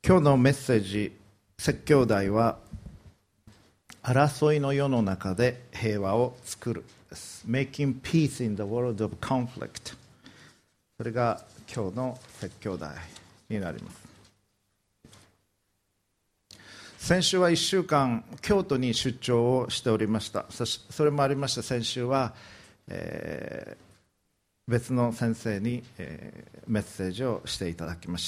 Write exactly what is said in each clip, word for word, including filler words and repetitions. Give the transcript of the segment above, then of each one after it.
今日のメッセージ、説教題は争いの世の中で平和を作るです。 Making peace in the world of conflict。 それが今日の説教題になります。先週はいっしゅうかん京都に出張をしておりました。そしそれもありまして、先週は、えー、別の先生に、えー、メッセージをしていただきました。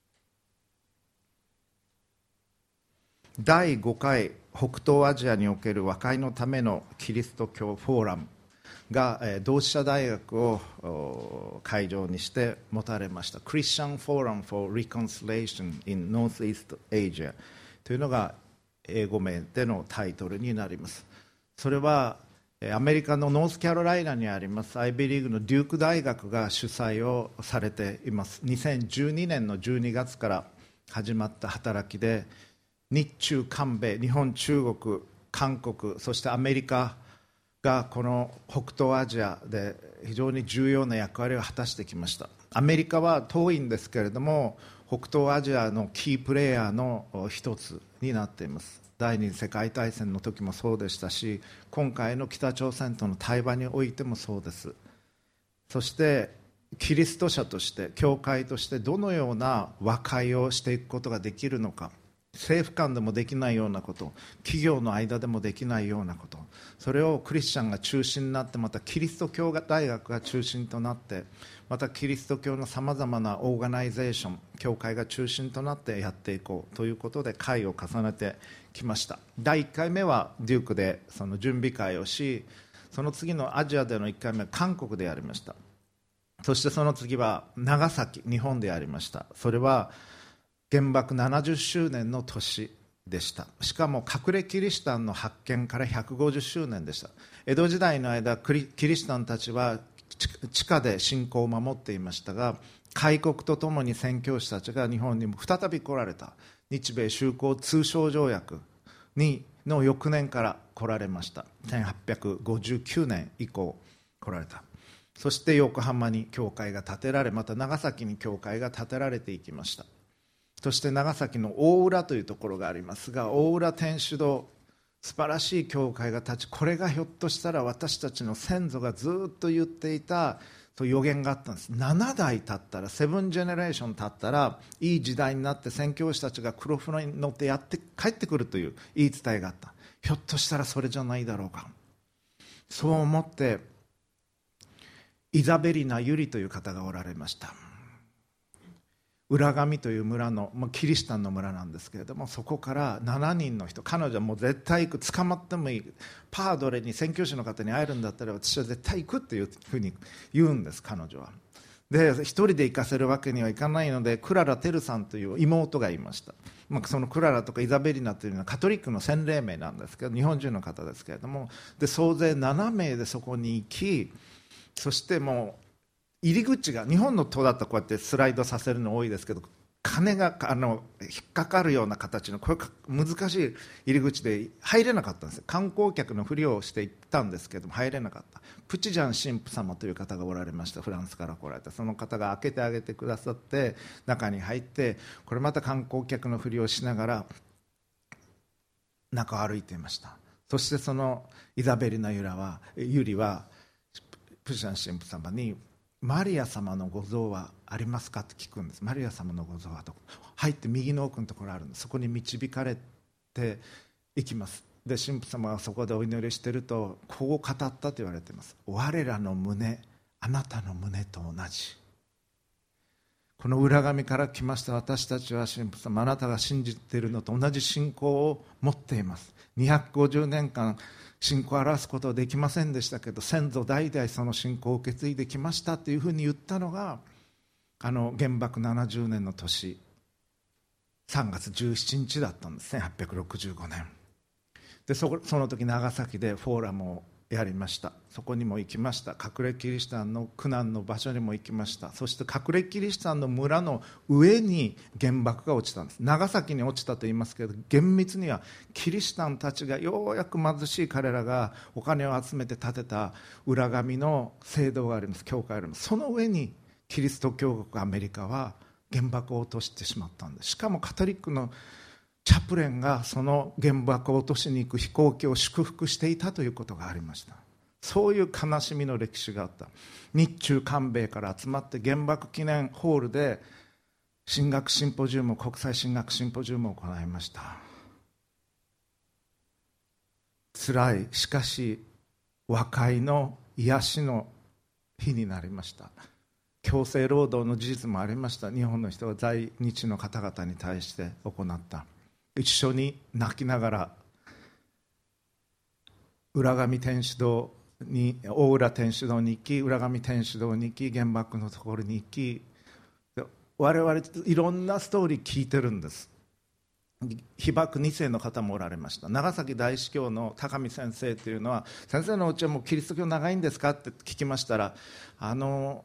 だいごかい北東アジアにおける和解のためのキリスト教フォーラムが、えー、同志社大学を会場にして持たれました。 Christian Forum for Reconciliation in Northeast Asia というのが英語名でのタイトルになります。それはアメリカのノースカロライナにありますアイビーリーグのデューク大学が主催をされています。にせんじゅうにねんのじゅうにがつから始まった働きで、日中韓米、日本、中国、韓国、そしてアメリカがこの北東アジアで非常に重要な役割を果たしてきました。アメリカは遠いんですけれども、北東アジアのキープレーヤーの一つになっています。第二次世界大戦の時もそうでしたし、今回の北朝鮮との対話においてもそうです。そしてキリスト者として教会としてどのような和解をしていくことができるのか、政府間でもできないようなこと、企業の間でもできないようなこと、それをクリスチャンが中心になって、またキリスト教大学が中心となって、またキリスト教のさまざまなオーガナイゼーション、教会が中心となってやっていこうということで会を重ねてきました。だいいっかいめはデュークでその準備会をし、その次のアジアでのいっかいめは韓国でやりました。そしてその次は長崎、日本でやりました。それは原爆ななじゅっしゅうねんの年でした。しかも隠れキリシタンの発見からひゃくごじゅっしゅうねんでした。江戸時代の間、キリシタンたちは地下で信仰を守っていましたが、開国とともに宣教師たちが日本にも再び来られた。日米修好通商条約にの翌年から来られました。せんはっぴゃくごじゅうきゅうねん以降来られた。そして横浜に教会が建てられ、また長崎に教会が建てられていきました。そして長崎の大浦というところがありますが、大浦天主堂、素晴らしい教会が立ち、これがひょっとしたら私たちの先祖がずっと言っていたという予言があったんです。ななだい経ったら、セブンジェネレーション経ったら、いい時代になって宣教師たちが黒船に乗ってやって帰ってくるという言い伝えがあった。ひょっとしたらそれじゃないだろうか。そう思ってイザベリナ・ユリという方がおられました。浦上という村の、まあ、キリシタンの村なんですけれども、そこからななにんの人、彼女はもう絶対行く、捕まってもいい、パードレに宣教師の方に会えるんだったら私は絶対行くっていうふうに言うんです。彼女はで一人で行かせるわけにはいかないので、クララ・テルさんという妹がいました。まあ、そのクララとかイザベリナというのはカトリックの洗礼名なんですけど、日本人の方ですけれども、で総勢ななめいでそこに行き、そしてもう入り口が、日本の塔だとこうやってスライドさせるの多いですけど、金があの引っかかるような形の、これ難しい入り口で入れなかったんですよ。観光客のふりをして行ったんですけども入れなかった。プチジャン神父様という方がおられました。フランスから来られたその方が開けてあげてくださって、中に入って、これまた観光客のふりをしながら中を歩いていました。そしてそのイザベリナ・ユラはユリはプチジャン神父様に、マリア様のご像はありますかって聞くんです。マリア様のご像はどこ？入って右の奥のところあるんです。そこに導かれていきます。で神父様がそこでお祈りしていると、こう語ったと言われています。我らの胸、あなたの胸と同じ。この浦上から来ました私たちは、神父様、あなたが信じているのと同じ信仰を持っています。にひゃくごじゅうねんかん信仰を表すことはできませんでしたけど、先祖代々その信仰を受け継いできましたというふうに言ったのが、あの原爆ななじゅうねんの年さんがつじゅうしちにちだったんです。せんはっぴゃくろくじゅうごねんで、そこその時長崎でフォーラムをやりました。そこにも行きました。隠れキリシタンの苦難の場所にも行きました。そして隠れキリシタンの村の上に原爆が落ちたんです。長崎に落ちたと言いますけど、厳密にはキリシタンたちがようやく貧しい彼らがお金を集めて建てた浦上の聖堂があります。教会があります。その上にキリスト教国アメリカは原爆を落としてしまったんです。しかもカトリックのチャプレンがその原爆を落としに行く飛行機を祝福していたということがありました。そういう悲しみの歴史があった。日中韓米から集まって原爆記念ホールで神学シンポジウム、国際神学シンポジウムを行いました。辛い、しかし和解の癒しの日になりました。強制労働の事実もありました。日本の人が在日の方々に対して行った。一緒に泣きながら浦上天主堂に、大浦天主堂に行き、浦上天主堂に行き、原爆のところに行き、我々いろんなストーリー聞いてるんです。被爆に世の方もおられました。長崎大司教の高見先生というのは、先生のうちはもうキリスト教長いんですかって聞きましたら、あの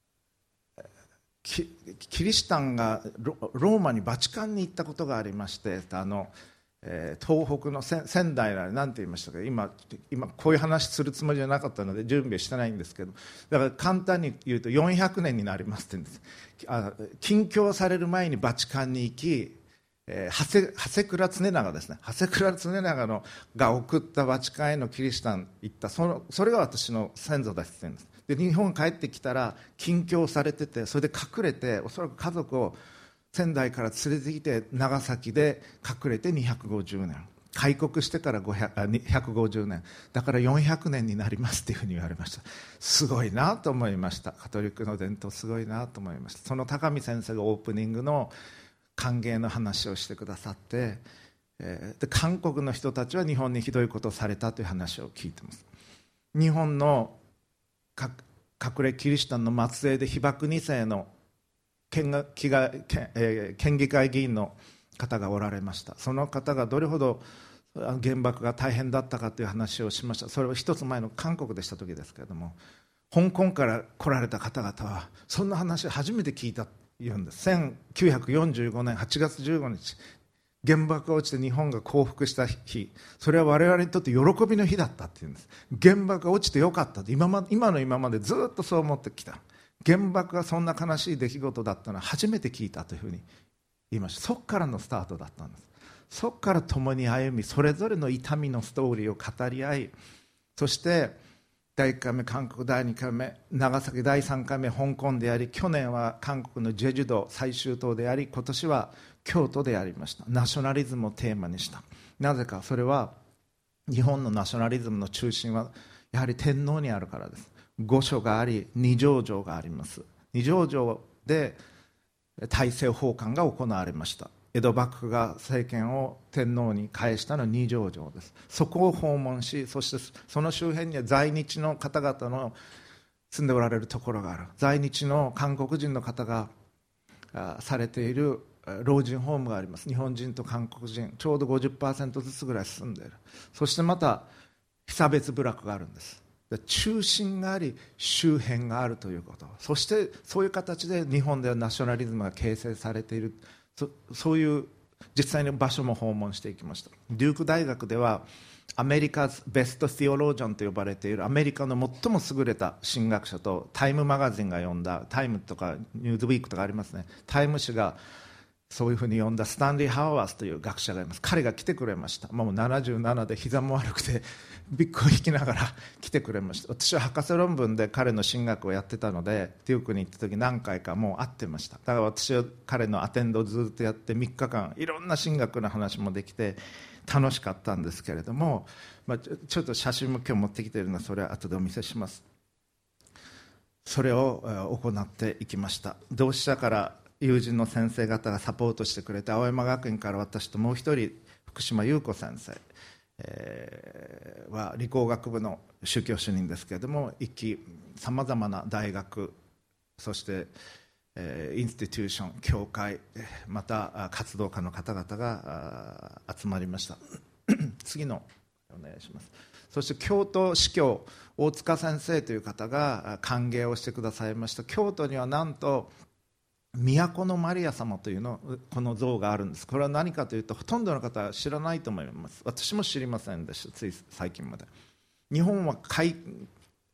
キ, キリシタンが ロ, ローマにバチカンに行ったことがありまして、あの、えー、東北の仙台な何て言いましたか、 今, 今こういう話するつもりじゃなかったので準備してないんですけど、だから簡単に言うとよんひゃくねんになりますって言うんです。あ禁教される前にバチカンに行き、えー、長谷長谷倉常長ですね、長谷倉常長のが送ったバチカンへのキリシタン行った、そのそれが私の先祖ですって言うんです。で日本帰ってきたら禁教されてて、それで隠れて、おそらく家族を仙台から連れてきて長崎で隠れてにひゃくごじゅうねん、開国してからごひゃくあひゃくごじゅうねんだからよんひゃくねんになりますっていうふうに言われました。すごいなと思いました。カトリックの伝統すごいなと思いました。その高見先生がオープニングの歓迎の話をしてくださって、えー、で韓国の人たちは日本にひどいことをされたという話を聞いています。日本の隠れキリシタンの末裔で被爆に世の県が県、えー、県議会議員の方がおられました。その方がどれほど原爆が大変だったかという話をしました。それは一つ前の韓国でした時ですけれども、香港から来られた方々はそんな話初めて聞いたと言うんです。せんきゅうひゃくよんじゅうごねんはちがつじゅうごにち、原爆が落ちて日本が降伏した日、それは我々にとって喜びの日だったっていうんです。原爆が落ちてよかったって、今ま今の今までずっとそう思ってきた。原爆がそんな悲しい出来事だったのは初めて聞いたというふうに言いました。そこからのスタートだったんです。そこから共に歩み、それぞれの痛みのストーリーを語り合い、そしてだいいっかいめ韓国、だいにかいめ長崎、だいさんかいめ香港であり、去年は韓国のジェジュ島最終島であり、今年は京都でありました。ナショナリズムをテーマにした。なぜか、それは日本のナショナリズムの中心はやはり天皇にあるからです。御所があり、二条城があります。二条城で大政奉還が行われました。江戸幕府が政権を天皇に返したのは二条城です。そこを訪問し、そしてその周辺には在日の方々の住んでおられるところがある。在日の韓国人の方がされている老人ホームがあります。日本人と韓国人ちょうど ごじゅっパーセント ずつぐらい住んでいる。そしてまた被差別部落があるんです。中心があり周辺があるということ、そしてそういう形で日本ではナショナリズムが形成されている。 そ, そういう実際の場所も訪問していきました。デューク大学ではアメリカズベストティオロージャンと呼ばれているアメリカの最も優れた神学者とタイムマガジンが呼んだ、タイムとかニューズウィークとかありますね、タイム誌がそういうふうに呼んだスタンリー・ハワースという学者がいます。彼が来てくれました。もうななじゅうななで膝も悪くてビッグを引きながら来てくれました。私は博士論文で彼の神学をやってたので、デュークに行った時何回かもう会ってました。だから私は彼のアテンドをずっとやってみっかかんいろんな神学の話もできて楽しかったんですけれども、まあ、ちょっと写真も今日持ってきているのでそれは後でお見せします。それを行っていきました。同志社から友人の先生方がサポートしてくれて、青山学院から私ともう一人福島優子先生、えー、は理工学部の宗教主任ですけれども、一気さまざまな大学、そして、えー、インスティテューション、教会、また活動家の方々が集まりました次のお願いします。そして京都司教大塚先生という方が歓迎をしてくださいました。京都にはなんと都のマリア様というのこの像があるんです。これは何かというと、ほとんどの方は知らないと思います。私も知りませんでした、つい最近まで。日本は開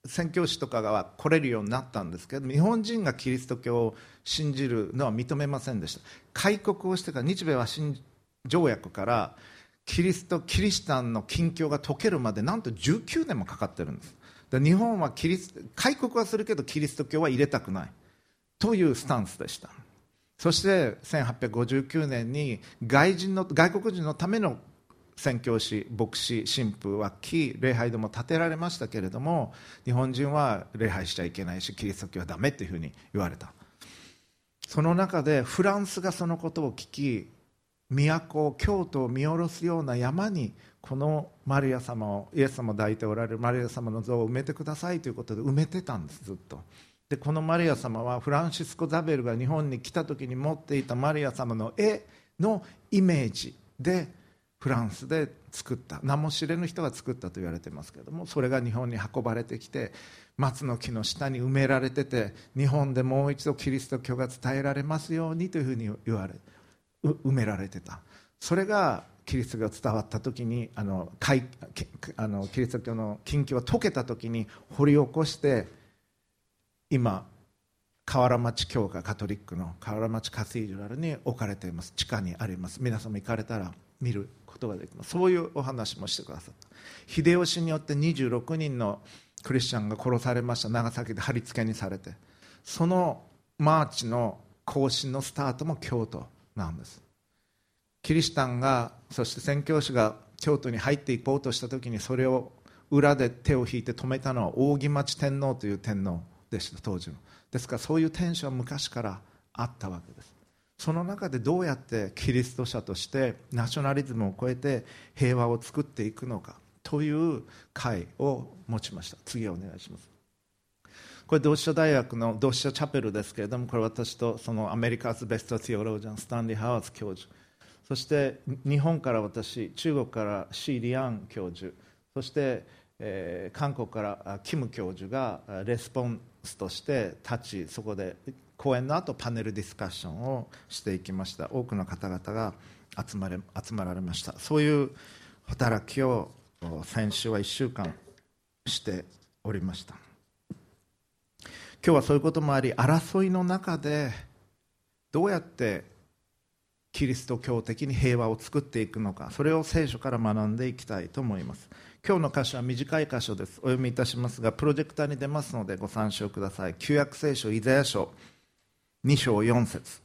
宣教師とかが来れるようになったんですけど、日本人がキリスト教を信じるのは認めませんでした。開国をしてから日米和親条約からキリストキリシタンの禁教が解けるまでなんとじゅうきゅうねんもかかってるんです。で日本はキリス開国はするけどキリスト教は入れたくないというスタンスでした。そしてせんはっぴゃくごじゅうきゅうねんに外人の外国人のための宣教師、牧師、神父は木礼拝堂も建てられましたけれども、日本人は礼拝しちゃいけないしキリスト教はダメというふうに言われた。その中でフランスがそのことを聞き、都京都を見下ろすような山にこのマリア様を、イエス様を抱いておられるマリア様の像を埋めてくださいということで埋めてたんです。ずっと。でこのマリア様はフランシスコ・ザベルが日本に来た時に持っていたマリア様の絵のイメージでフランスで作った、名も知れぬ人が作ったと言われていますけれども、それが日本に運ばれてきて松の木の下に埋められてて、日本でもう一度キリスト教が伝えられますようにというふうに言われ埋められてた。それがキリスト教が伝わった時にあのあのキリスト教の禁教が解けた時に掘り起こして、今河原町教会カトリックの河原町カティードラルに置かれています。地下にあります。皆さんも行かれたら見ることができます。そういうお話もしてくださった。秀吉によってにじゅうろくにんのクリスチャンが殺されました。長崎で貼り付けにされて、そのマーチの行進のスタートも京都なんです。キリシタンが、そして宣教師が京都に入っていこうとした時にそれを裏で手を引いて止めたのは扇町天皇という天皇でした、当時の。ですからそういう天使は昔からあったわけです。その中でどうやってキリスト者としてナショナリズムを超えて平和を作っていくのかという会を持ちました。次お願いします。これ同志社大学の同志社チャペルですけれども、これ私とそのアメリカズベストティオロジャンスタンリー・ハワーズ教授、そして日本から私、中国からシー・リアン教授、そして、えー、韓国からキム教授がレスポンスとして立ち、そこで講演の後パネルディスカッションをしていきました。多くの方々が集まれ集まられました。そういう働きを先週はいっしゅうかんしておりました。今日はそういうこともあり、争いの中でどうやってキリスト教的に平和を作っていくのか、それを聖書から学んでいきたいと思います。今日の箇所は短い箇所です。お読みいたしますが、プロジェクターに出ますのでご参照ください。旧約聖書イザヤ書に章よん節。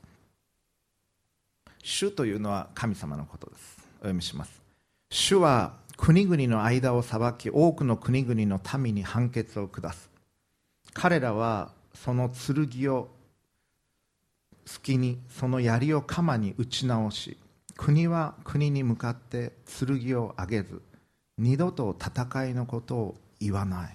主というのは神様のことです。お読みします。主は国々の間を裁き、多くの国々の民に判決を下す。彼らはその剣を隙に、その槍を鎌に打ち直し、国は国に向かって剣を上げず、二度と戦いのことを言わない。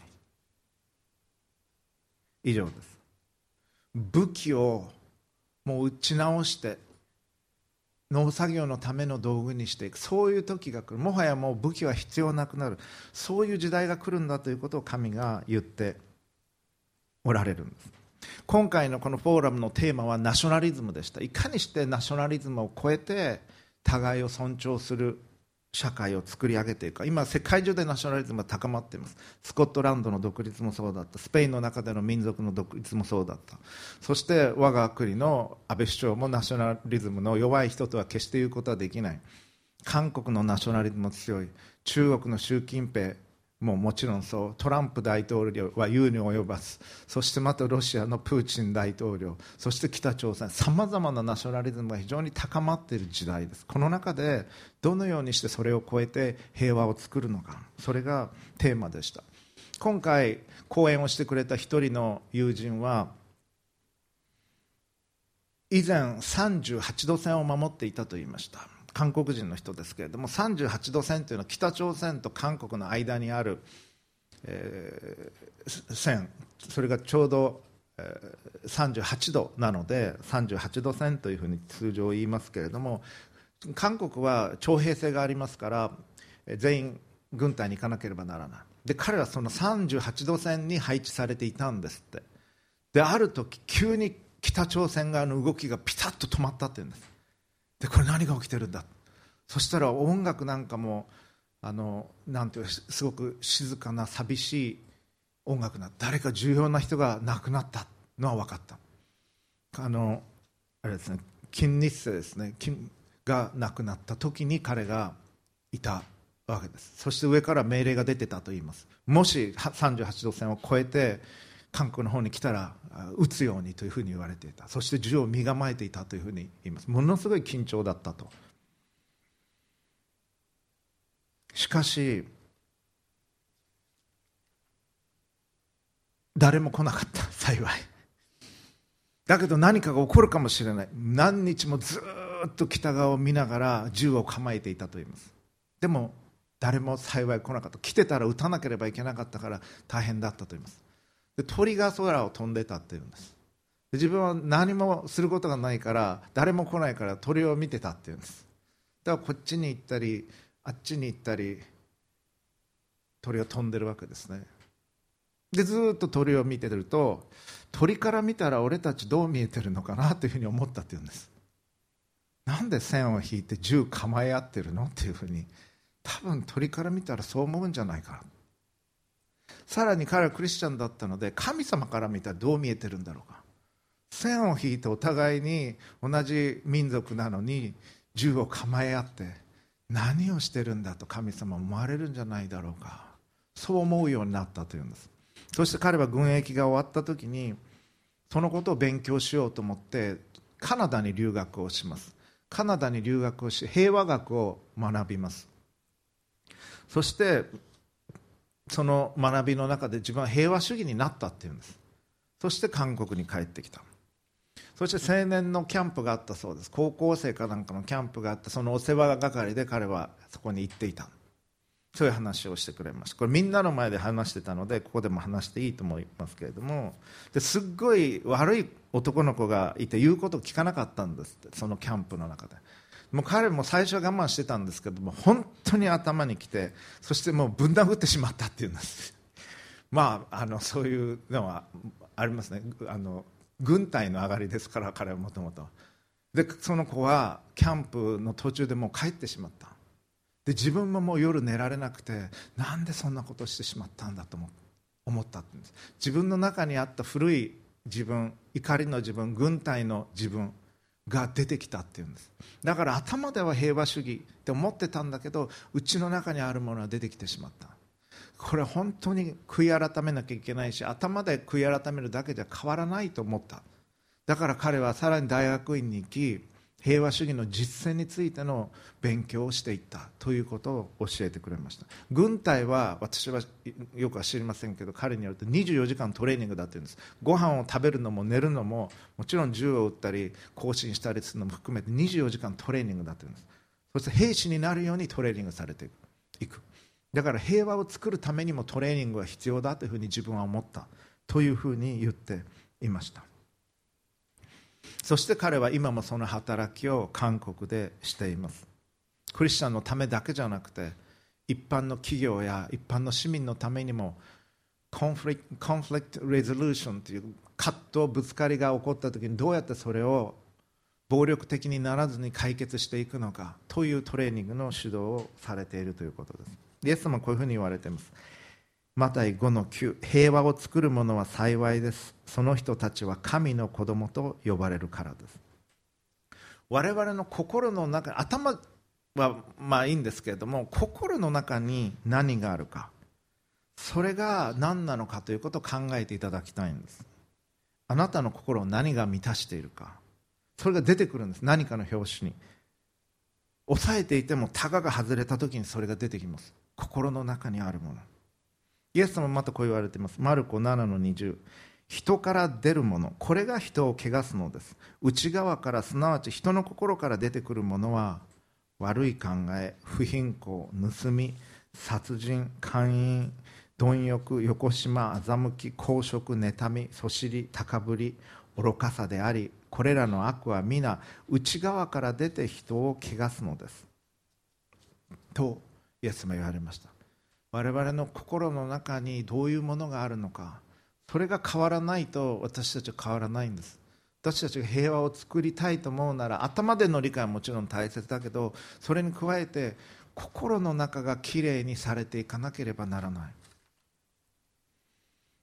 以上です。武器をもう打ち直して農作業のための道具にしていく、そういう時が来る。もはやもう武器は必要なくなる、そういう時代が来るんだということを神が言っておられるんです。今回のこのフォーラムのテーマはナショナリズムでした。いかにしてナショナリズムを超えて互いを尊重する社会を作り上げていくか。今世界中でナショナリズムが高まっています。スコットランドの独立もそうだった。スペインの中での民族の独立もそうだった。そして我が国の安倍首相もナショナリズムの弱い人とは決して言うことはできない。韓国のナショナリズムも強い。中国の習近平ももちろんそう。トランプ大統領は言うに及ばず、そしてまたロシアのプーチン大統領、そして北朝鮮、さまざまなナショナリズムが非常に高まっている時代です。この中でどのようにしてそれを超えて平和を作るのか、それがテーマでした。今回講演をしてくれた一人の友人は、以前さんじゅうはちど線を守っていたと言いました。韓国人の人ですけれども、さんじゅうはちど線というのは北朝鮮と韓国の間にある、えー、線、それがちょうど、えー、さんじゅうはちどなのでさんじゅうはちど線というふうに通常言いますけれども、韓国は徴兵制がありますから全員軍隊に行かなければならない。で彼はそのさんじゅうはちど線に配置されていたんですって。である時急に北朝鮮側の動きがピタッと止まったって言うんです。でこれ何が起きてるんだ。そしたら音楽なんかもあのなんていうすごく静かな寂しい音楽な誰か重要な人が亡くなったのは分かった。あのあれですね、金日成ですね、金が亡くなった時に彼がいたわけです。そして上から命令が出てたと言います。もしさんじゅうはちど線を越えて韓国の方に来たら撃つようにというふうに言われていた。そして銃を身構えていたというふうに言います。ものすごい緊張だったと。しかし誰も来なかった、幸い。だけど何かが起こるかもしれない。何日もずっと北側を見ながら銃を構えていたと言います。でも誰も幸い来なかった。来てたら撃たなければいけなかったから大変だったと言います。で鳥が空を飛んでたっていうんです。で自分は何もすることがないから誰も来ないから鳥を見てたっていうんです。だからこっちに行ったりあっちに行ったり鳥が飛んでるわけですね。でずっと鳥を見てると鳥から見たら俺たちどう見えてるのかなというふうに思ったっていうんです。なんで線を引いて銃構え合ってるのっていうふうに多分鳥から見たらそう思うんじゃないかな。さらに彼はクリスチャンだったので神様から見たらどう見えてるんだろうか。線を引いてお互いに同じ民族なのに銃を構え合って何をしてるんだと神様思われるんじゃないだろうか。そう思うようになったというんです。そして彼は軍役が終わった時にそのことを勉強しようと思ってカナダに留学をします。カナダに留学をし平和学を学びます。そしてその学びの中で自分は平和主義になったっていうんです。そして韓国に帰ってきた。そして青年のキャンプがあったそうです。高校生かなんかのキャンプがあって、そのお世話係で彼はそこに行っていた。そういう話をしてくれました。これみんなの前で話してたのでここでも話していいと思いますけれども、ですっごい悪い男の子がいて言うことを聞かなかったんですって。そのキャンプの中でもう彼も最初は我慢してたんですけども本当に頭にきて、そしてもうぶん殴ってしまったっていうんですまあ、あのそういうのはありますね。あの軍隊の上がりですから、彼はもともとでその子はキャンプの途中でもう帰ってしまった。で自分ももう夜寝られなくて、なんでそんなことをしてしまったんだと思ったんです。自分の中にあった古い自分、怒りの自分、軍隊の自分が出てきたっていうんです。だから頭では平和主義って思ってたんだけど、うちの中にあるものは出てきてしまった。これは本当に悔い改めなきゃいけないし、頭で悔い改めるだけじゃ変わらないと思った。だから彼はさらに大学院に行き、平和主義の実践についての勉強をしていったということを教えてくれました。軍隊は私はよくは知りませんけど、彼によるとにじゅうよじかんトレーニングだというんです。ご飯を食べるのも寝るのも、もちろん銃を撃ったり行進したりするのも含めてにじゅうよじかんトレーニングだというんです。そして兵士になるようにトレーニングされていく。だから平和を作るためにもトレーニングが必要だというふうに自分は思ったというふうに言っていました。そして彼は今もその働きを韓国でしています。クリスチャンのためだけじゃなくて、一般の企業や一般の市民のためにもコンフリクト、コンフリクトレゾリューションという葛藤、ぶつかりが起こった時にどうやってそれを暴力的にならずに解決していくのかというトレーニングの指導をされているということです。イエス様はこういうふうに言われています。マタイごのきゅう、平和を作る者は幸いです。その人たちは神の子供と呼ばれるからです。我々の心の中、頭はまあいいんですけれども、心の中に何があるか、それが何なのかということを考えていただきたいんです。あなたの心を何が満たしているか、それが出てくるんです。何かの拍子に抑えていてもタガが外れた時にそれが出てきます。心の中にあるもの。イエス様もまたこう言われています。マルコななのにじゅう、人から出るもの、これが人を汚すのです。内側から、すなわち人の心から出てくるものは、悪い考え、不貧困、盗み、殺人、姦淫、貪欲、よこしま、欺き、公職、妬み、そしり、高ぶり、愚かさであり、これらの悪は皆内側から出て人を汚すのですとイエス様言われました。我々の心の中にどういうものがあるのか、それが変わらないと私たちは変わらないんです。私たちが平和を作りたいと思うなら、頭での理解はもちろん大切だけど、それに加えて心の中がきれいにされていかなければならない。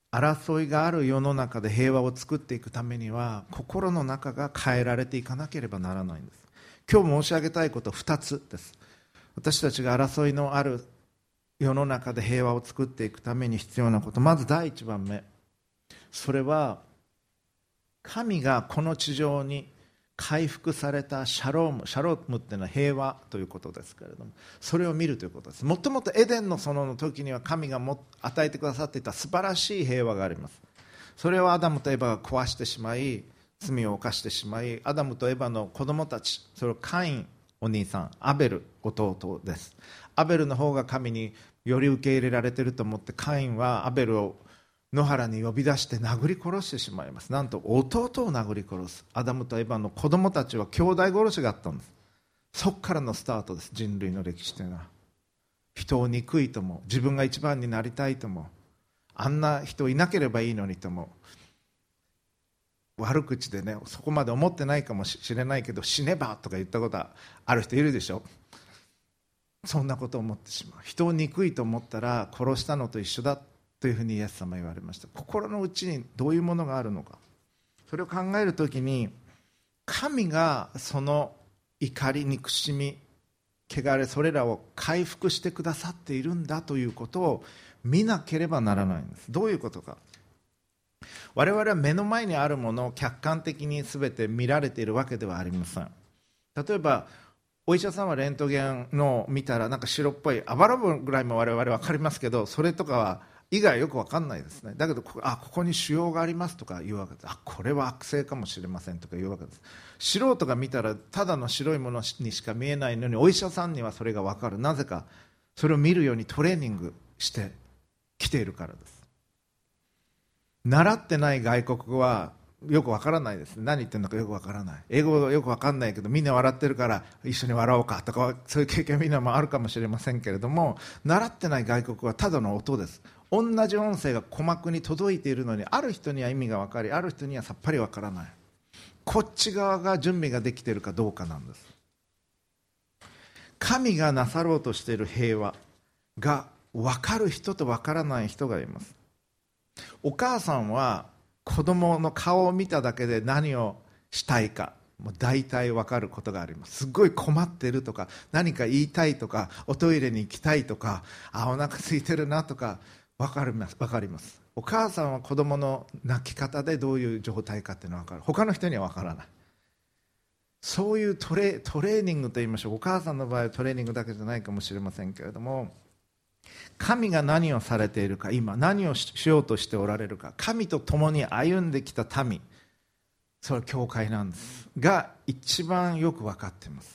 争いがある世の中で平和を作っていくためには心の中が変えられていかなければならないんです。今日申し上げたいことはふたつです。私たちが争いのある世の中で平和を作っていくために必要なこと、まず第一番目、それは神がこの地上に回復されたシャローム、シャロームっていうのは平和ということですけれども、それを見るということです。もともとエデンの園の時には神がも与えてくださっていた素晴らしい平和があります。それをアダムとエバが壊してしまい、罪を犯してしまい、アダムとエバの子供たち、それをカインお兄さん、アベル弟です。アベルの方が神により受け入れられていると思って、カインはアベルを野原に呼び出して殴り殺してしまいます。なんと弟を殴り殺す。アダムとエバの子供たちは兄弟殺しがあったんです。そこからのスタートです。人類の歴史というのは。人を憎いとも、自分が一番になりたいとも、あんな人いなければいいのにとも、悪口でね、そこまで思ってないかもしれないけど、死ねばとか言ったことはある人いるでしょ。そんなことを思ってしまう。人を憎いと思ったら殺したのと一緒だというふうにイエス様は言われました。心の内にどういうものがあるのか、それを考えるときに、神がその怒り、憎しみ、汚れ、それらを回復してくださっているんだということを見なければならないんです。どういうことか。我々は目の前にあるものを客観的に全て見られているわけではありません。例えばお医者さんはレントゲンの見たらなんか白っぽい、あばら骨ぐらいも我々分かりますけど、それとかは以外よく分かんないですね。だけどここ、あ、ここに腫瘍がありますとか言うわけです。あ、これは悪性かもしれませんとか言うわけです。素人が見たらただの白いものにしか見えないのに、お医者さんにはそれが分かる。なぜか、それを見るようにトレーニングしてきているからです。習ってない外国語はよくわからないです。何言ってるのかよくわからない。英語はよくわかんないけど、みんな笑ってるから一緒に笑おうかとか、そういう経験みんなもあるかもしれませんけれども、習ってない外国語はただの音です。同じ音声が鼓膜に届いているのに、ある人には意味がわかり、ある人にはさっぱりわからない。こっち側が準備ができているかどうかなんです。神がなさろうとしている平和がわかる人とわからない人がいます。お母さんは子供の顔を見ただけで何をしたいかもう大体分かることがあります。すごい困っているとか、何か言いたいとか、おトイレに行きたいとか、あ、お腹空いてるなとか分かります。分かります。お母さんは子供の泣き方でどういう状態かっていうのは分かる。他の人には分からない。そういうトレ、トレーニングといいましょう。お母さんの場合はトレーニングだけじゃないかもしれませんけれども、神が何をされているか、今何をしようとしておられるか、神と共に歩んできた民、それは教会なんですが、一番よく分かっています。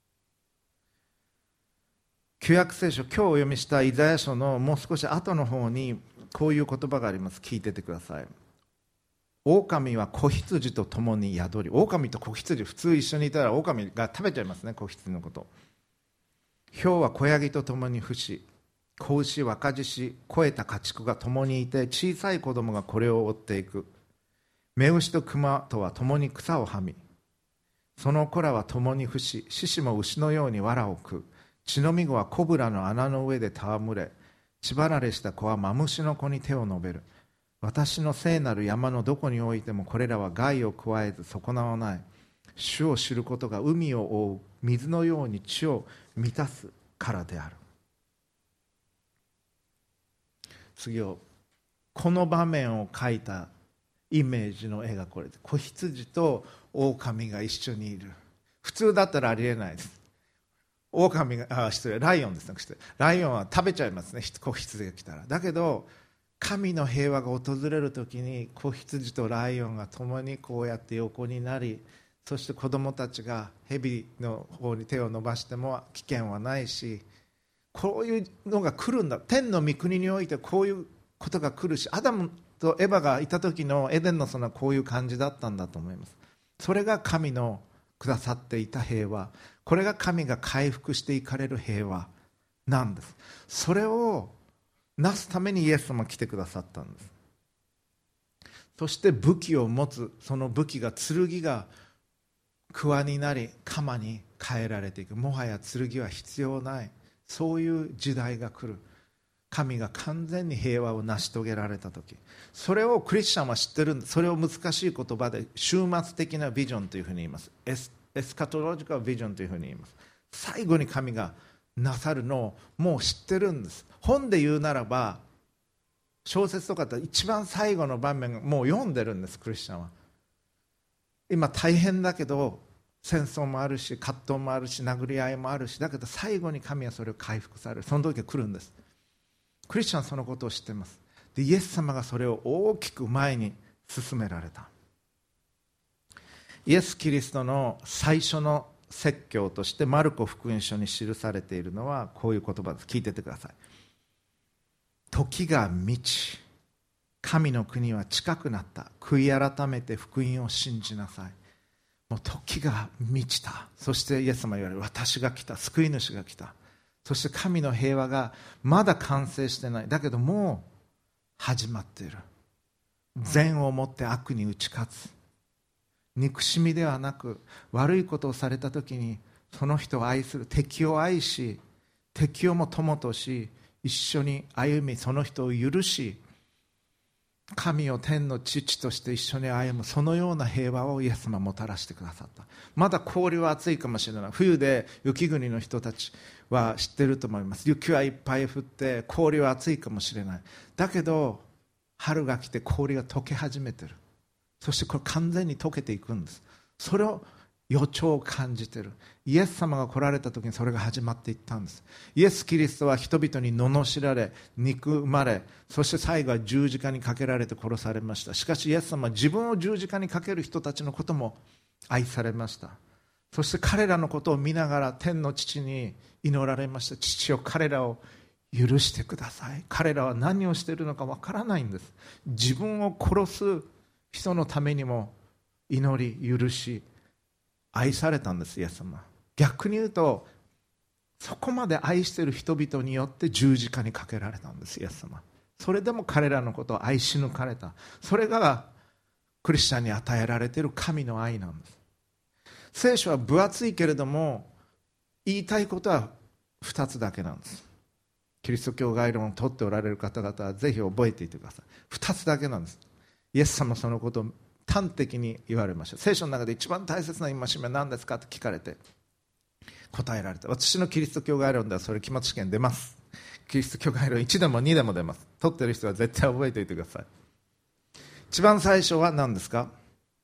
旧約聖書、今日お読みしたイザヤ書のもう少し後の方にこういう言葉があります。聞いててください。狼は子羊と共に宿り、狼と子羊、普通一緒にいたら狼が食べちゃいますね、子羊のこと。豹は子ヤギと共に伏し、子牛、若獅子、肥えた家畜が共にいて、小さい子供がこれを追っていく。目牛と熊とは共に草をはみ、その子らは共に伏し、獅子も牛のように藁を食う。血のみ子はコブラの穴の上で戯れ、血離れした子はマムシの子に手を伸べる。私の聖なる山のどこにおいてもこれらは害を加えず損なわない。主を知ることが海を覆う水のように地を満たすからである。次を、この場面を描いたイメージの絵がこれで、子羊と狼が一緒にいる。普通だったらありえないです。狼が、あ、失礼、ライオンですね。ライオンは食べちゃいますね、子羊が来たら。だけど神の平和が訪れるときに、子羊とライオンが共にこうやって横になり、そして子供たちが蛇の方に手を伸ばしても危険はないし、こういうのが来るんだ。天の御国においてこういうことが来るし、アダムとエバがいた時のエデンの園はこういう感じだったんだと思います。それが神のくださっていた平和、これが神が回復していかれる平和なんです。それをなすためにイエス様が来てくださったんです。そして武器を持つ、その武器が剣が桑になり鎌に変えられていく。もはや剣は必要ない、そういう時代が来る。 神が完全に平和を成し遂げられたとき、それをクリスチャンは知ってるんです。それを難しい言葉で終末的なビジョンというふうに言います。エス、エスカトロジカルビジョンというふうに言います。最後に神がなさるのをもう知ってるんです。本で言うならば、小説とかって一番最後の場面もう読んでるんです。クリスチャンは今大変だけど、戦争もあるし葛藤もあるし殴り合いもあるし、だけど最後に神はそれを回復される、その時が来るんです。クリスチャンはそのことを知っています。でイエス様がそれを大きく前に進められた。イエス・キリストの最初の説教としてマルコ福音書に記されているのはこういう言葉です。聞いててください。時が満ち、神の国は近くなった。悔い改めて福音を信じなさい。もう時が満ちた。そしてイエス様は言われる。私が来た。救い主が来た。そして神の平和がまだ完成してない。だけどもう始まっている。善をもって悪に打ち勝つ。憎しみではなく、悪いことをされた時にその人を愛する。敵を愛し、敵をも友とし、一緒に歩み、その人を許し、神を天の父として一緒に歩む、そのような平和をイエス様はもたらしてくださった。まだ氷は暑いかもしれない。冬で雪国の人たちは知ってると思います。雪はいっぱい降って氷は暑いかもしれない。だけど春が来て氷が溶け始めてる。そしてこれ完全に溶けていくんです。それを予兆を感じている。イエス様が来られた時にそれが始まっていったんです。イエス・キリストは人々に罵られ、憎まれ、そして最後は十字架にかけられて殺されました。しかしイエス様は自分を十字架にかける人たちのことも愛されました。そして彼らのことを見ながら天の父に祈られました。父よ、彼らを許してください。彼らは何をしているのかわからないんです。自分を殺す人のためにも祈り、許し、愛されたんです。イエス様。逆に言うと、そこまで愛している人々によって十字架にかけられたんです。イエス様。それでも彼らのことを愛し抜かれた。それがクリスチャンに与えられている神の愛なんです。聖書は分厚いけれども、言いたいことはふたつだけなんです。キリスト教概論を取っておられる方々はぜひ覚えていてください。ふたつだけなんです。イエス様はそのことを端的に言われました。聖書の中で一番大切な戒めは何ですかと聞かれて答えられた。私のキリスト教概論ではそれ期末試験出ます。キリスト教概論いちでもにでも出ます。取ってる人は絶対覚えておいてください。一番最初は何ですか？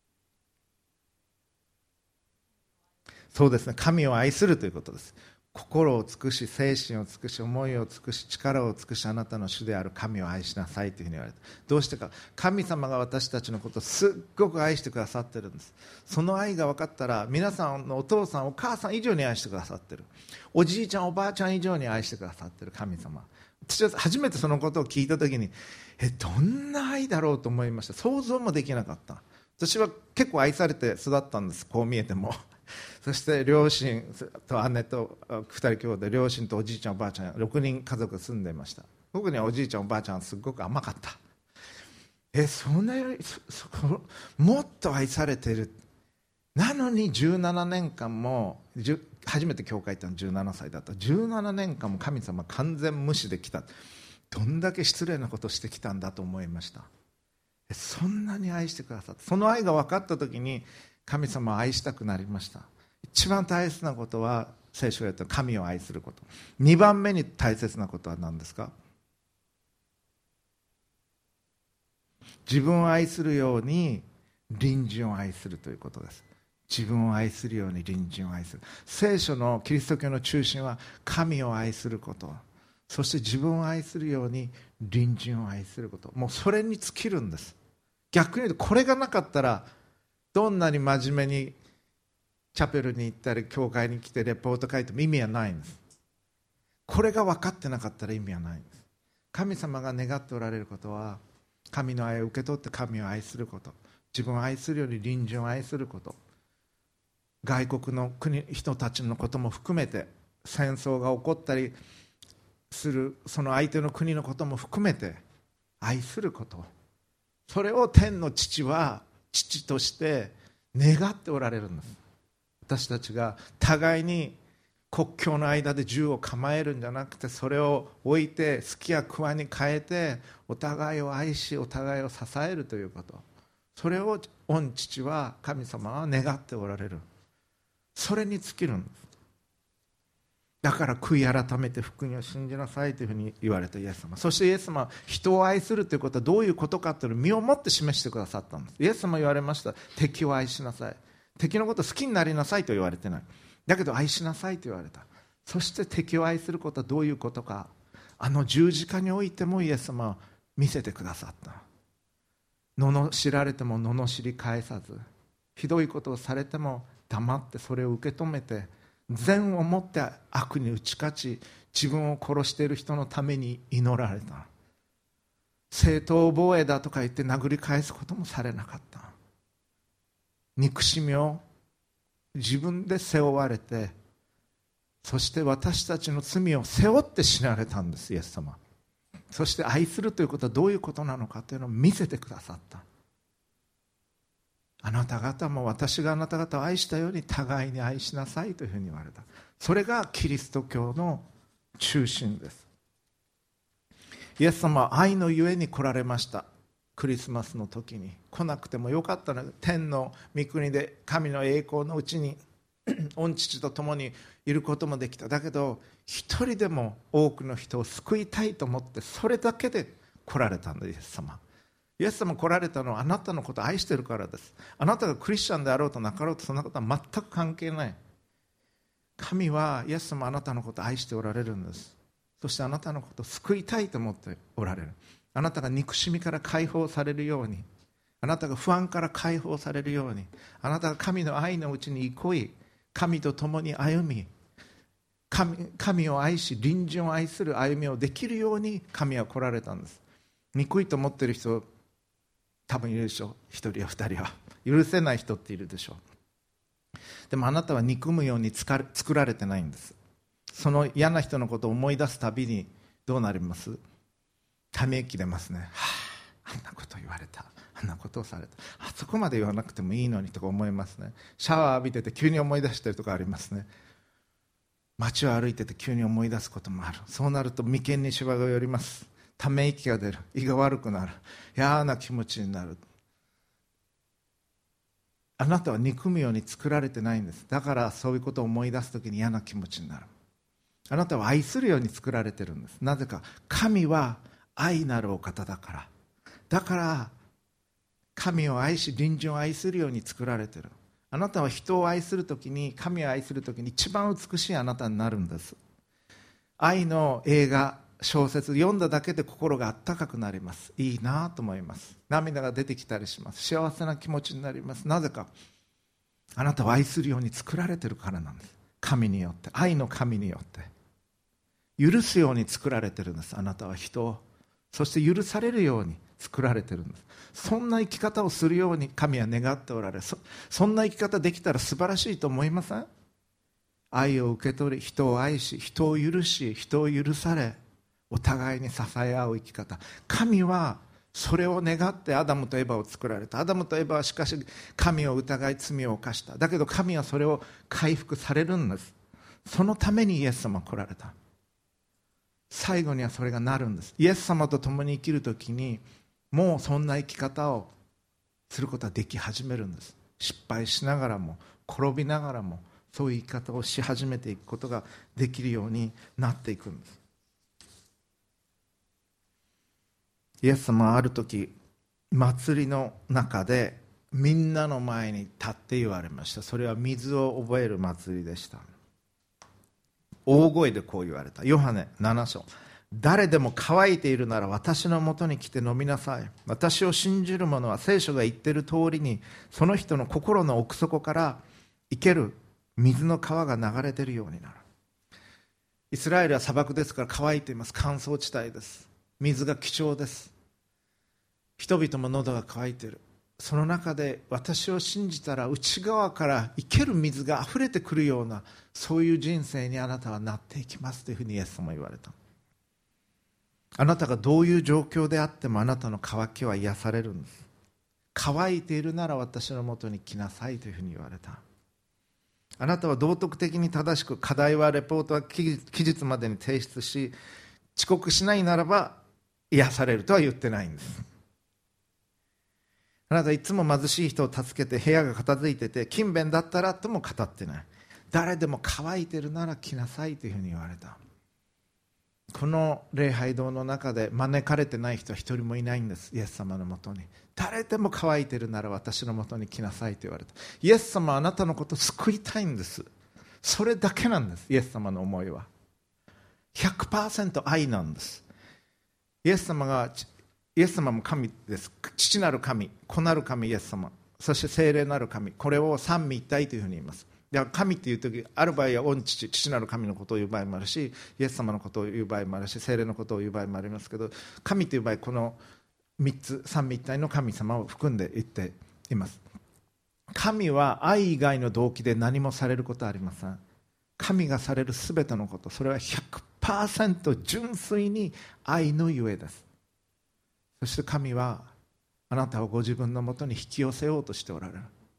そうですね、神を愛するということです。心を尽くし、精神を尽くし、思いを尽くし、力を尽くし、あなたの主である神を愛しなさいというふうに言われた。どうしてか、神様が私たちのことをすっごく愛してくださってるんです。その愛が分かったら、皆さんのお父さんお母さん以上に愛してくださってる。おじいちゃんおばあちゃん以上に愛してくださってる神様。私は初めてそのことを聞いたときに、えどんな愛だろうと思いました。想像もできなかった。私は結構愛されて育ったんです。こう見えても。そして両親と姉とふたり兄弟、両親とおじいちゃんおばあちゃんろくにん家族住んでいました。僕にはおじいちゃんおばあちゃんはすごく甘かった。えそんなよりそそもっと愛されている。なのにじゅうななねんかんも、初めて教会行ったのじゅうななさいだった。じゅうななねんかんも神様完全無視できた。どんだけ失礼なことをしてきたんだと思いました。そんなに愛してくださった。その愛が分かった時に神様を愛したくなりました。一番大切なことは聖書が言った神を愛すること。にばんめに大切なことは何ですか？自分を愛するように隣人を愛するということです。自分を愛するように隣人を愛する。聖書のキリスト教の中心は神を愛すること、そして自分を愛するように隣人を愛すること。もうそれに尽きるんです。逆に言うとこれがなかったら、どんなに真面目にチャペルに行ったり教会に来てレポート書いても意味はないんです。これが分かってなかったら意味はないんです。神様が願っておられることは、神の愛を受け取って神を愛すること、自分を愛するより隣人を愛すること、外国の国人たちのことも含めて、戦争が起こったりするその相手の国のことも含めて愛すること、それを天の父は父として願っておられるんです。私たちが互いに国境の間で銃を構えるんじゃなくて、それを置いてすきやくわに変えてお互いを愛しお互いを支えるということ、それを御父は神様は願っておられる。それに尽きるんです。だから悔い改めて福音を信じなさいというふうに言われたイエス様、そしてイエス様は人を愛するということはどういうことかというのを身をもって示してくださったんです。イエス様は言われました。敵を愛しなさい。敵のことを好きになりなさいと言われてない。だけど愛しなさいと言われた。そして敵を愛することはどういうことか、あの十字架においてもイエス様は見せてくださった。罵られても罵り返さず、ひどいことをされても黙ってそれを受け止めて、善をもって悪に打ち勝ち、自分を殺している人のために祈られた。正当防衛だとか言って殴り返すこともされなかった。憎しみを自分で背負われて、そして私たちの罪を背負って死なれたんです、イエス様。そして愛するということはどういうことなのかというのを見せてくださった。あなた方も私があなた方を愛したように互いに愛しなさいというふうに言われた。それがキリスト教の中心です。イエス様は愛のゆえに来られました。クリスマスの時に来なくてもよかったので、天の御国で神の栄光のうちに御父と共にいることもできた。だけど一人でも多くの人を救いたいと思って、それだけで来られたんです。イエス様イエス様来られたのはあなたのことを愛しているからです。あなたがクリスチャンであろうとなかろうと、そんなことは全く関係ない。神はイエス様あなたのことを愛しておられるんです。そしてあなたのことを救いたいと思っておられる。あなたが憎しみから解放されるように、あなたが不安から解放されるように、あなたが神の愛のうちに憩い、神と共に歩み、 神, 神を愛し隣人を愛する歩みをできるように神は来られたんです。憎いと思っている人多分いるでしょう。一人や二人は許せない人っているでしょう。でもあなたは憎むように作られてないんです。その嫌な人のことを思い出すたびにどうなります？ため息出ますね。はあ、あんなこと言われた、あんなことをされた、あそこまで言わなくてもいいのにとか思いますね。シャワー浴びてて急に思い出してるとかありますね。街を歩いてて急に思い出すこともある。そうなると眉間にしわが寄ります。ため息が出る、胃が悪くなる、嫌な気持ちになる。あなたは憎むように作られてないんです。だからそういうことを思い出すときに嫌な気持ちになる。あなたは愛するように作られてるんです。なぜか、神は愛なるお方だから。だから神を愛し隣人を愛するように作られている。あなたは人を愛するときに、神を愛するときに一番美しいあなたになるんです。愛の映画、小説読んだだけで心があったかくなります。いいなと思います。涙が出てきたりします。幸せな気持ちになります。なぜか、あなたを愛するように作られているからなんです。神によって、愛の神によって許すように作られているんです。あなたは人を、そして許されるように作られているんです。そんな生き方をするように神は願っておられる。 そ, そんな生き方できたら素晴らしいと思いません？愛を受け取り、人を愛し、人を許し、人を許され、お互いに支え合う生き方。神はそれを願ってアダムとエバを作られた。アダムとエバはしかし神を疑い罪を犯した。だけど神はそれを回復されるんです。そのためにイエス様は来られた。最後にはそれがなるんです。イエス様と共に生きるときに、もうそんな生き方をすることはでき始めるんです。失敗しながらも転びながらも、そういう生き方をし始めていくことができるようになっていくんです。イエス様はある時、祭りの中でみんなの前に立って言われました。それは水を覚える祭りでした。大声でこう言われた。ヨハネなな章、誰でも乾いているなら私のもとに来て飲みなさい。私を信じる者は聖書が言っている通りに、その人の心の奥底から生ける水の川が流れているようになる。イスラエルは砂漠ですから乾いています。乾燥地帯です。水が貴重です。人々も喉が渇いている。その中で私を信じたら内側から生ける水があふれてくるような、そういう人生にあなたはなっていきますというふうにイエス様は言われた。あなたがどういう状況であってもあなたの渇きは癒されるんです。乾いているなら私のもとに来なさいというふうに言われた。 あなたは道徳的に正しく、課題はレポートは期日までに提出し、遅刻しないならば癒されるとは言ってないんです。あなたいつも貧しい人を助けて部屋が片付いてて勤勉だったらとも語ってない。誰でも乾いてるなら来なさいというふうに言われた。この礼拝堂の中で招かれてない人は一人もいないんです。イエス様のもとに。誰でも乾いてるなら私のもとに来なさいと言われた。イエス様はあなたのことを救いたいんです。それだけなんです。イエス様の思いは ひゃくパーセント 愛なんです。イエス様がイエス様も神です。父なる神、子なる神イエス様、そして聖霊なる神、これを三位一体というふうに言います。神っていう時、ある場合は御父、父なる神のことを言う場合もあるし、イエス様のことを言う場合もあるし、聖霊のことを言う場合もありますけど、神という場合、このみっつ、三位一体の神様を含んでいっています。神は愛以外の動機で何もされることはありません。神がされるすべてのこと、それは ひゃくパーセント 純粋に愛のゆえです。そして神はあなたをご自分のもとに引き寄せようとしておられる。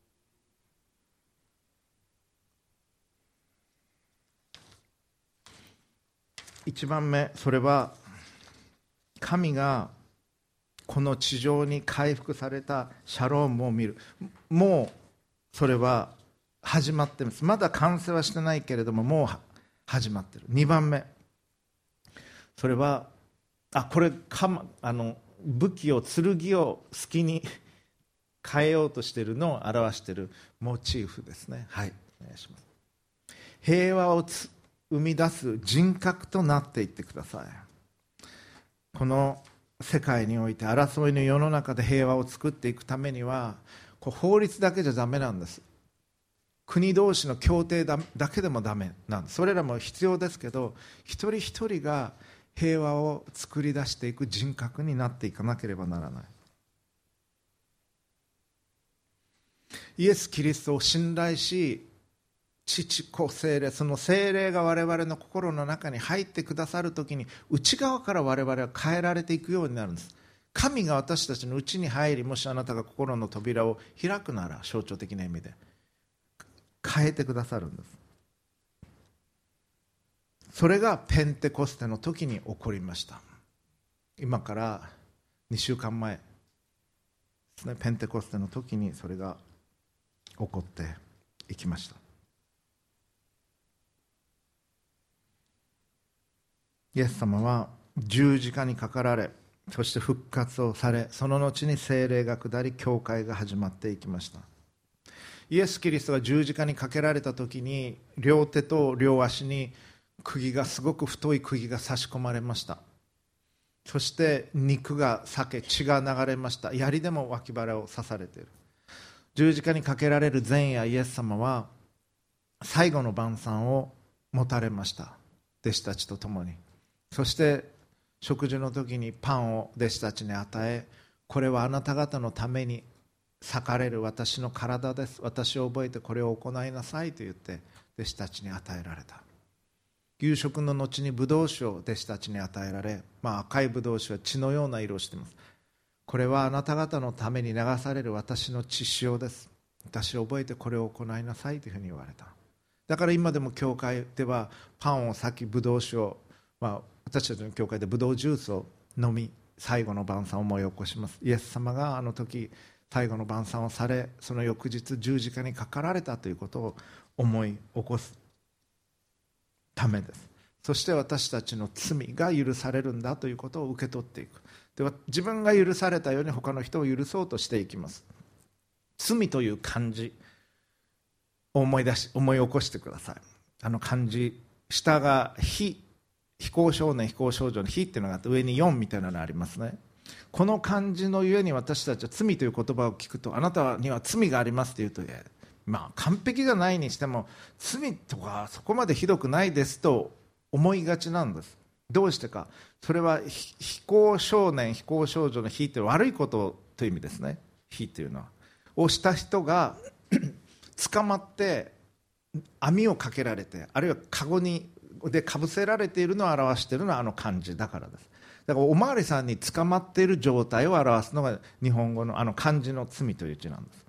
一番目、それは神がこの地上に回復されたシャロームを見る。もうそれは始まっています。まだ完成はしてないけれども、もう始まっている。二番目、それはあこれかあの武器を剣を隙に変えようとしているのを表しているモチーフですね。はい、お願いします。平和をつ生み出す人格となっていってください。この世界において争いの世の中で平和を作っていくためには、こう法律だけじゃダメなんです。国同士の協定だけでもダメなんです。それらも必要ですけど、一人一人が平和を作り出していく人格になっていかなければならない。イエス・キリストを信頼し、父子聖霊、その聖霊が我々の心の中に入ってくださるときに、内側から我々は変えられていくようになるんです。神が私たちの内に入り、もしあなたが心の扉を開くなら、象徴的な意味で変えてくださるんです。それがペンテコステの時に起こりました。今からにしゅうかんまえですね、ペンテコステの時にそれが起こっていきました。イエス様は十字架にかかられ、そして復活をされ、その後に聖霊が下り、教会が始まっていきました。イエス・キリストが十字架にかけられた時に、両手と両足に釘が、すごく太い釘が差し込まれました。そして肉が裂け、血が流れました。槍でも脇腹を刺されている。十字架にかけられる前夜、イエス様は最後の晩餐を持たれました。弟子たちと共に。そして食事の時にパンを弟子たちに与え、これはあなた方のために裂かれる私の体です。私を覚えてこれを行いなさいと言って弟子たちに与えられた。夕食の後にブドウ酒を弟子たちに与えられ、まあ、赤いブドウ酒は血のような色をしています。これはあなた方のために流される私の血潮です。私を覚えてこれを行いなさいというふうに言われた。だから今でも教会ではパンを裂き、ブドウ酒を、まあ、私たちの教会でブドウジュースを飲み、最後の晩餐を思い起こします。イエス様があの時最後の晩餐をされ、その翌日十字架にかかられたということを思い起こすためです。そして私たちの罪が許されるんだということを受け取っていく。では自分が許されたように他の人を許そうとしていきます。罪という漢字を思い出し思い起こしてください。あの漢字、下が非非行少年非行少女の非っていうのがあって、上によんみたいなのがありますね。この漢字のゆえに私たちは罪という言葉を聞くと、あなたには罪がありますというと、まあ完璧がないにしても罪とかそこまでひどくないですと思いがちなんです。どうしてか、それは非行少年非行少女の非って悪いことという意味ですね。非というのはをした人が捕まって網をかけられて、あるいはカゴにでかぶせられているのを表しているのはあの漢字だからです。だからおまわりさんに捕まっている状態を表すのが日本語のあの漢字の罪という字なんです。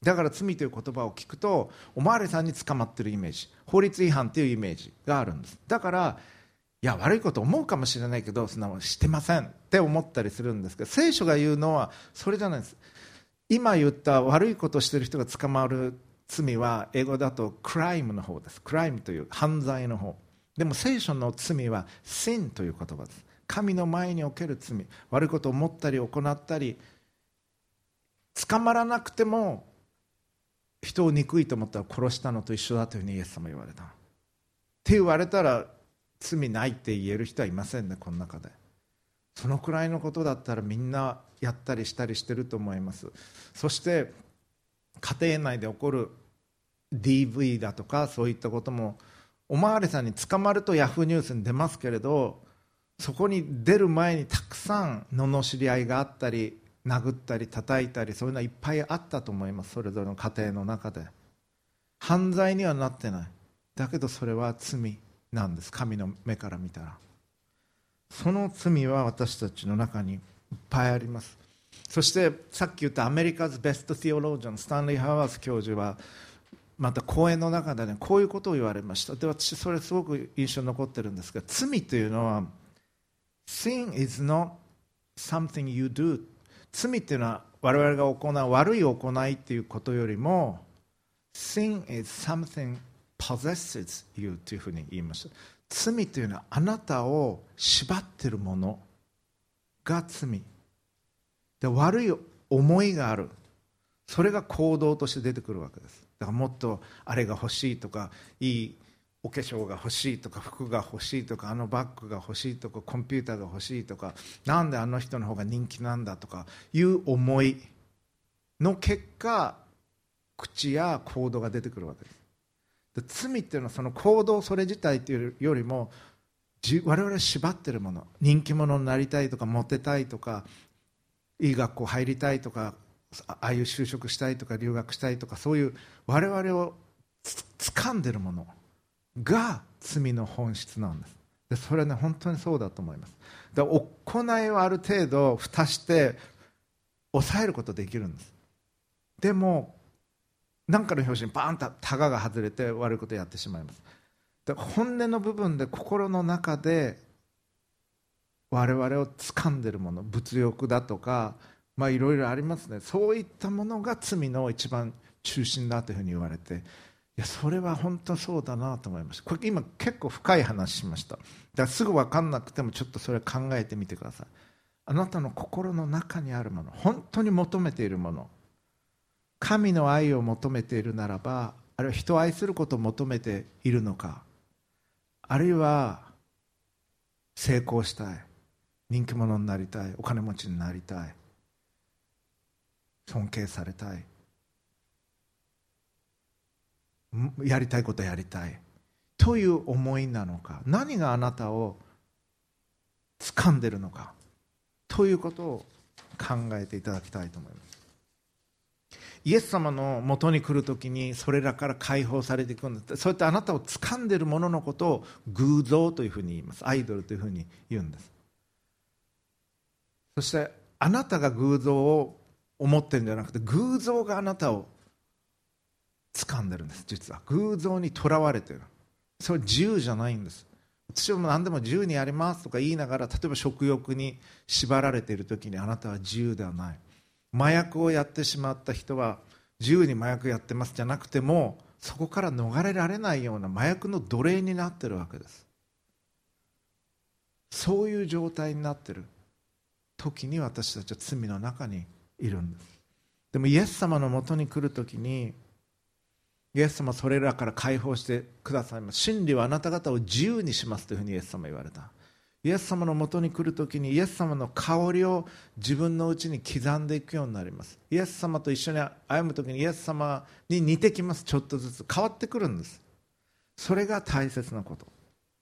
だから罪という言葉を聞くとおまわりさんに捕まってるイメージ、法律違反というイメージがあるんです。だからいや悪いこと思うかもしれないけどそんなもんしてませんって思ったりするんですけど、聖書が言うのはそれじゃないです。今言った悪いことをしている人が捕まる罪は英語だとクライムの方です。クライムという犯罪の方でも、聖書の罪はsinという言葉です。神の前における罪、悪いことを思ったり行ったり、捕まらなくても人を憎いと思ったら殺したのと一緒だというふうにイエス様は言われたって言われたら、罪ないって言える人はいませんね、この中で。そのくらいのことだったらみんなやったりしたりしてると思います。そして家庭内で起こる ディーブイ だとかそういったことも、おまわりさんに捕まるとヤフーニュースに出ますけれど、そこに出る前にたくさん罵り合いがあったり、殴ったり叩いたり、そういうのはいっぱいあったと思います。それぞれの家庭の中で犯罪にはなってない。だけどそれは罪なんです。神の目から見たらその罪は私たちの中にいっぱいあります。そしてさっき言ったアメリカズベスト・ティオロージャンスタンリー・ハワース教授はまた講演の中で、ね、こういうことを言われました。で、私それすごく印象に残ってるんですが、罪というのは Sin is not something you do。 罪というのは我々が行う悪い行いということよりも Sin is something possesses you というふうに言いました。罪というのはあなたを縛っているものが罪で、悪い思いがある、それが行動として出てくるわけです。だからもっとあれが欲しいとか、いいお化粧が欲しいとか、服が欲しいとか、あのバッグが欲しいとか、コンピューターが欲しいとか、なんであの人の方が人気なんだとかいう思いの結果、口や行動が出てくるわけです。で、罪っていうのはその行動それ自体というよりも、我々縛っているもの、人気者になりたいとか、モテたいとか、いい学校入りたいとか、ああいう就職したいとか、留学したいとか、そういう我々をつ掴んでいるものが罪の本質なんです。でそれはね、本当にそうだと思います。で、行いをある程度蓋して抑えることできるんです。でも何かの拍子にバーンとタガが外れて悪いことをやってしまいます。で、本音の部分で心の中で我々を掴んでいるもの、物欲だとか、まあいろいろありますね。そういったものが罪の一番中心だというふうに言われて、いやそれは本当そうだなと思いました。これ今結構深い話しました。だからすぐ分かんなくてもちょっとそれ考えてみてください。あなたの心の中にあるもの、本当に求めているもの、神の愛を求めているならば、あるいは人を愛することを求めているのか、あるいは成功したい、人気者になりたい、お金持ちになりたい、尊敬されたい、やりたいことやりたいという思いなのか、何があなたを掴んでいるのかということを考えていただきたいと思います。イエス様の元に来るときにそれらから解放されていくんです。そうやってあなたを掴んでいるもののことを偶像というふうに言います。アイドルというふうに言うんです。そしてあなたが偶像を思ってるんじゃなくて、偶像があなたを掴んでるんです。実は偶像にとらわれている。それ自由じゃないんです。私は何でも自由にやりますとか言いながら、例えば食欲に縛られているときにあなたは自由ではない。麻薬をやってしまった人は自由に麻薬やってますじゃなくても、そこから逃れられないような麻薬の奴隷になっているわけです。そういう状態になっている時に私たちは罪の中にいるんです。でもイエス様のもとに来るときに、イエス様はそれらから解放してくださいます。真理はあなた方を自由にしますというふうにイエス様は言われた。イエス様のもとに来るときにイエス様の香りを自分のうちに刻んでいくようになります。イエス様と一緒に歩むときにイエス様に似てきます。ちょっとずつ変わってくるんです。それが大切なこと。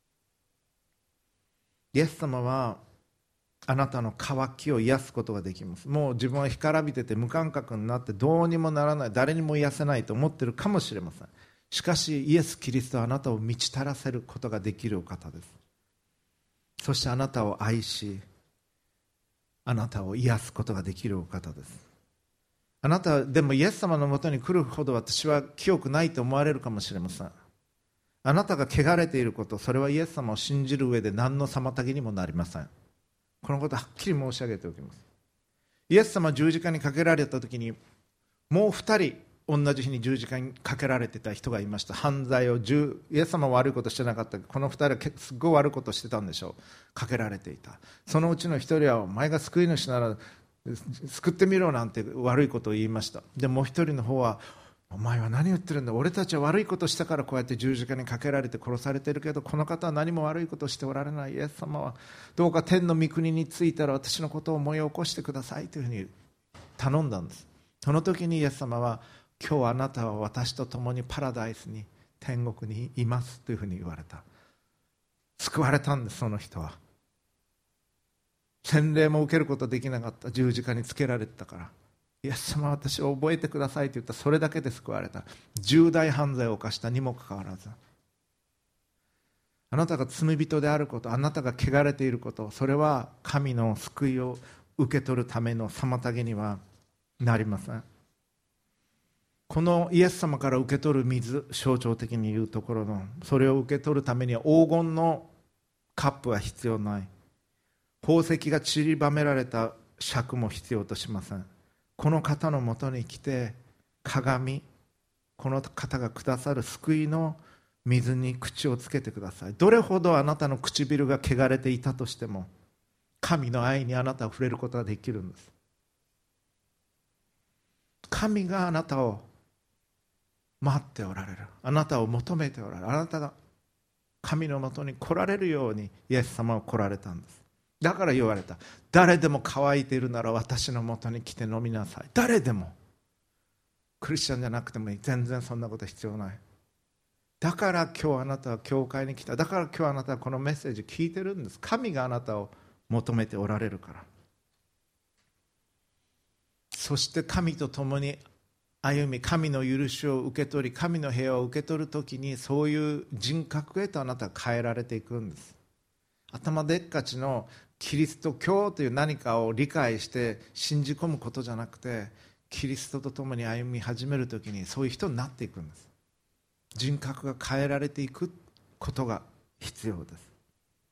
イエス様はあなたの渇きを癒すことができます。もう自分は干からびてて無感覚になってどうにもならない、誰にも癒せないと思っているかもしれません。しかしイエス・キリストはあなたを満ち足らせることができるお方です。そしてあなたを愛し、あなたを癒すことができるお方です。 あなたはでもイエス様のもとに来るほど私は清くないと思われるかもしれません。あなたが汚れていること、それはイエス様を信じる上で何の妨げにもなりません。このことはっきり申し上げておきます。イエス様十字架にかけられた時に、もう二人同じ日に十字架にかけられてた人がいました。犯罪を、イエス様は悪いことしてなかったけど、この二人はすごい悪いことしてたんでしょう。かけられていた。そのうちの一人は、お前が救い主なら救ってみろなんて悪いことを言いました。でもう一人の方は、お前は何言ってるんだ、俺たちは悪いことしたからこうやって十字架にかけられて殺されてるけど、この方は何も悪いことをしておられない。イエス様はどうか天の御国に着いたら私のことを思い起こしてくださいというふうに頼んだんです。その時にイエス様は、今日あなたは私と共にパラダイスに、天国にいますというふうに言われた。救われたんです。その人は洗礼も受けることできなかった。十字架につけられてたから、イエス様は私を覚えてくださいと言った。それだけで救われた。重大犯罪を犯したにもかかわらず、あなたが罪人であること、あなたが汚れていること、それは神の救いを受け取るための妨げにはなりません。このイエス様から受け取る水、象徴的に言うところの、それを受け取るためには黄金のカップは必要ない。宝石が散りばめられた尺も必要としません。この方のもとに来て、鏡、この方がくださる救いの水に口をつけてください。どれほどあなたの唇が汚れていたとしても、神の愛にあなたを触れることができるんです。神があなたを待っておられる。あなたを求めておられる。あなたが神のもとに来られるようにイエス様は来られたんです。だから言われた。誰でも乾いているなら私のもとに来て飲みなさい。誰でも。クリスチャンじゃなくてもいい。全然そんなこと必要ない。だから今日あなたは教会に来た。だから今日あなたはこのメッセージ聞いてるんです。神があなたを求めておられるから。そして神と共に歩み、神の許しを受け取り、神の平和を受け取るときに、そういう人格へとあなたは変えられていくんです。頭でっかちのキリスト教という何かを理解して信じ込むことじゃなくて、キリストと共に歩み始めるときにそういう人になっていくんです。人格が変えられていくことが必要です。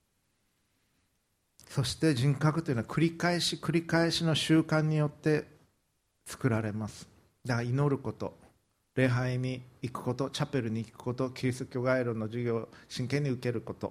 そして人格というのは繰り返し繰り返しの習慣によって作られます。だから祈ること、礼拝に行くこと、チャペルに行くこと、キリスト教概論の授業を真剣に受けること、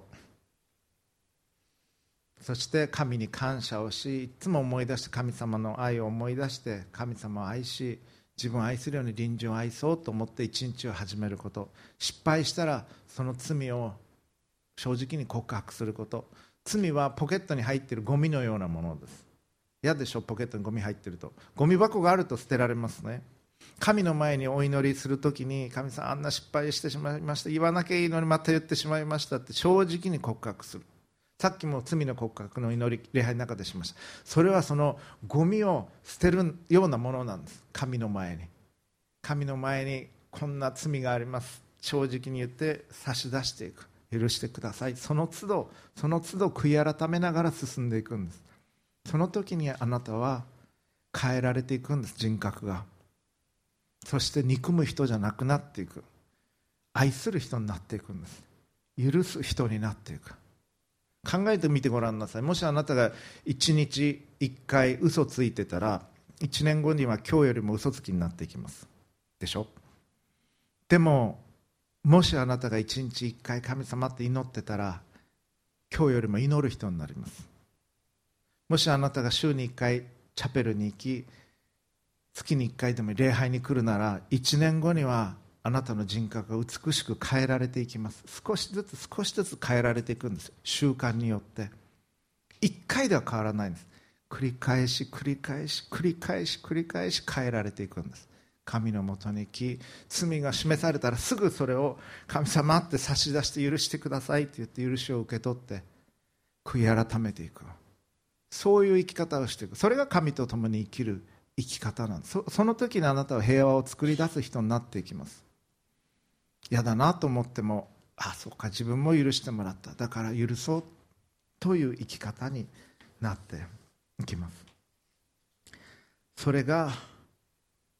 そして神に感謝をし、いつも思い出して神様の愛を思い出して、神様を愛し、自分を愛するように隣人を愛そうと思って一日を始めること。失敗したらその罪を正直に告白すること。罪はポケットに入っているゴミのようなものです。嫌でしょ、ポケットにゴミ入ってると。ゴミ箱があると捨てられますね。神の前にお祈りするときに、神様あんな失敗してしまいました、言わなきゃいいのにまた言ってしまいましたって正直に告白する。さっきも罪の告白の祈り、礼拝の中でしました。それはそのゴミを捨てるようなものなんです。神の前に神の前にこんな罪があります、正直に言って差し出していく。許してください。その都度その都度悔い改めながら進んでいくんです。その時にあなたは変えられていくんです、人格が。そして憎む人じゃなくなっていく、愛する人になっていくんです。許す人になっていく。考えてみてごらんなさい。もしあなたがいちにちいっかい嘘ついてたら、いちねんごには今日よりも嘘つきになっていきますでしょ。でももしあなたがいちにちいっかい神様って祈ってたら、今日よりも祈る人になります。もしあなたが週にいっかいチャペルに行き、月にいっかいでも礼拝に来るなら、いちねんごにはあなたの人格が美しく変えられていきます。少しずつ少しずつ変えられていくんです。習慣によって。いっかいでは変わらないんです。繰り返し繰り返し繰り返し繰り返し変えられていくんです。神のもとに行き、罪が示されたらすぐそれを神様って差し出して許してくださいって言って許しを受け取って悔い改めていく。そういう生き方をしていく。それが神と共に生きる生き方なんです。 そ, その時にあなたは平和を作り出す人になっていきます。嫌だなと思っても、あ、そうか、自分も許してもらった、だから許そうという生き方になっていきます。それが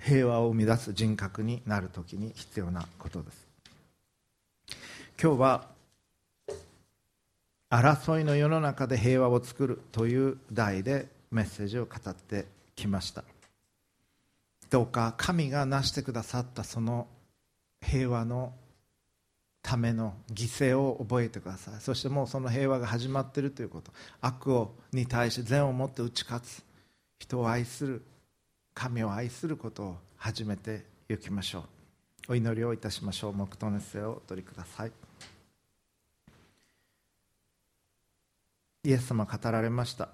平和を生み出す人格になるときに必要なことです。今日は争いの世の中で平和を作るという題でメッセージを語ってきました。どうか神がなしてくださったその平和のための犠牲を覚えてください。そしてもうその平和が始まっているということ、悪をに対して善をもって打ち勝つ、人を愛する、神を愛することを始めていきましょう。お祈りをいたしましょう。黙祷の姿勢をお取りください。イエス様語られました。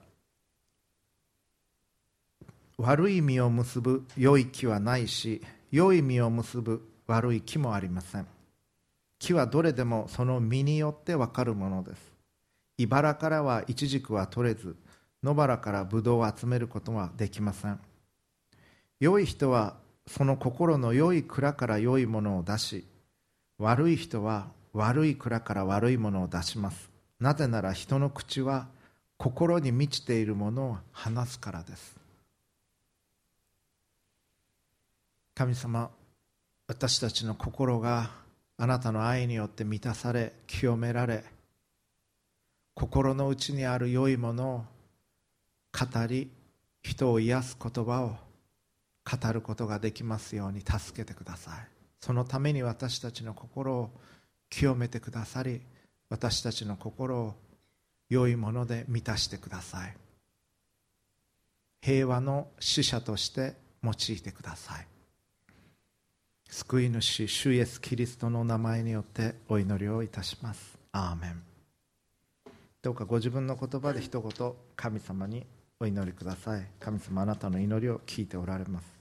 悪い実を結ぶ良い木はないし、良い実を結ぶ悪い木もありません。木はどれでもその実によって分かるものです。茨からはイチジクは取れず、野原からブドウを集めることはできません。良い人はその心の良い蔵から良いものを出し、悪い人は悪い蔵から悪いものを出します。なぜなら人の口は心に満ちているものを話すからです。神様、私たちの心があなたの愛によって満たされ、清められ、心の内にある良いものを語り、人を癒す言葉を語ることができますように助けてください。そのために私たちの心を清めてくださり、私たちの心を良いもので満たしてください。平和の使者として用いてください。救い主主イエスキリストの名前によってお祈りをいたします。アーメン。どうかご自分の言葉で一言神様にお祈りください。神様、あなたの祈りを聞いておられます。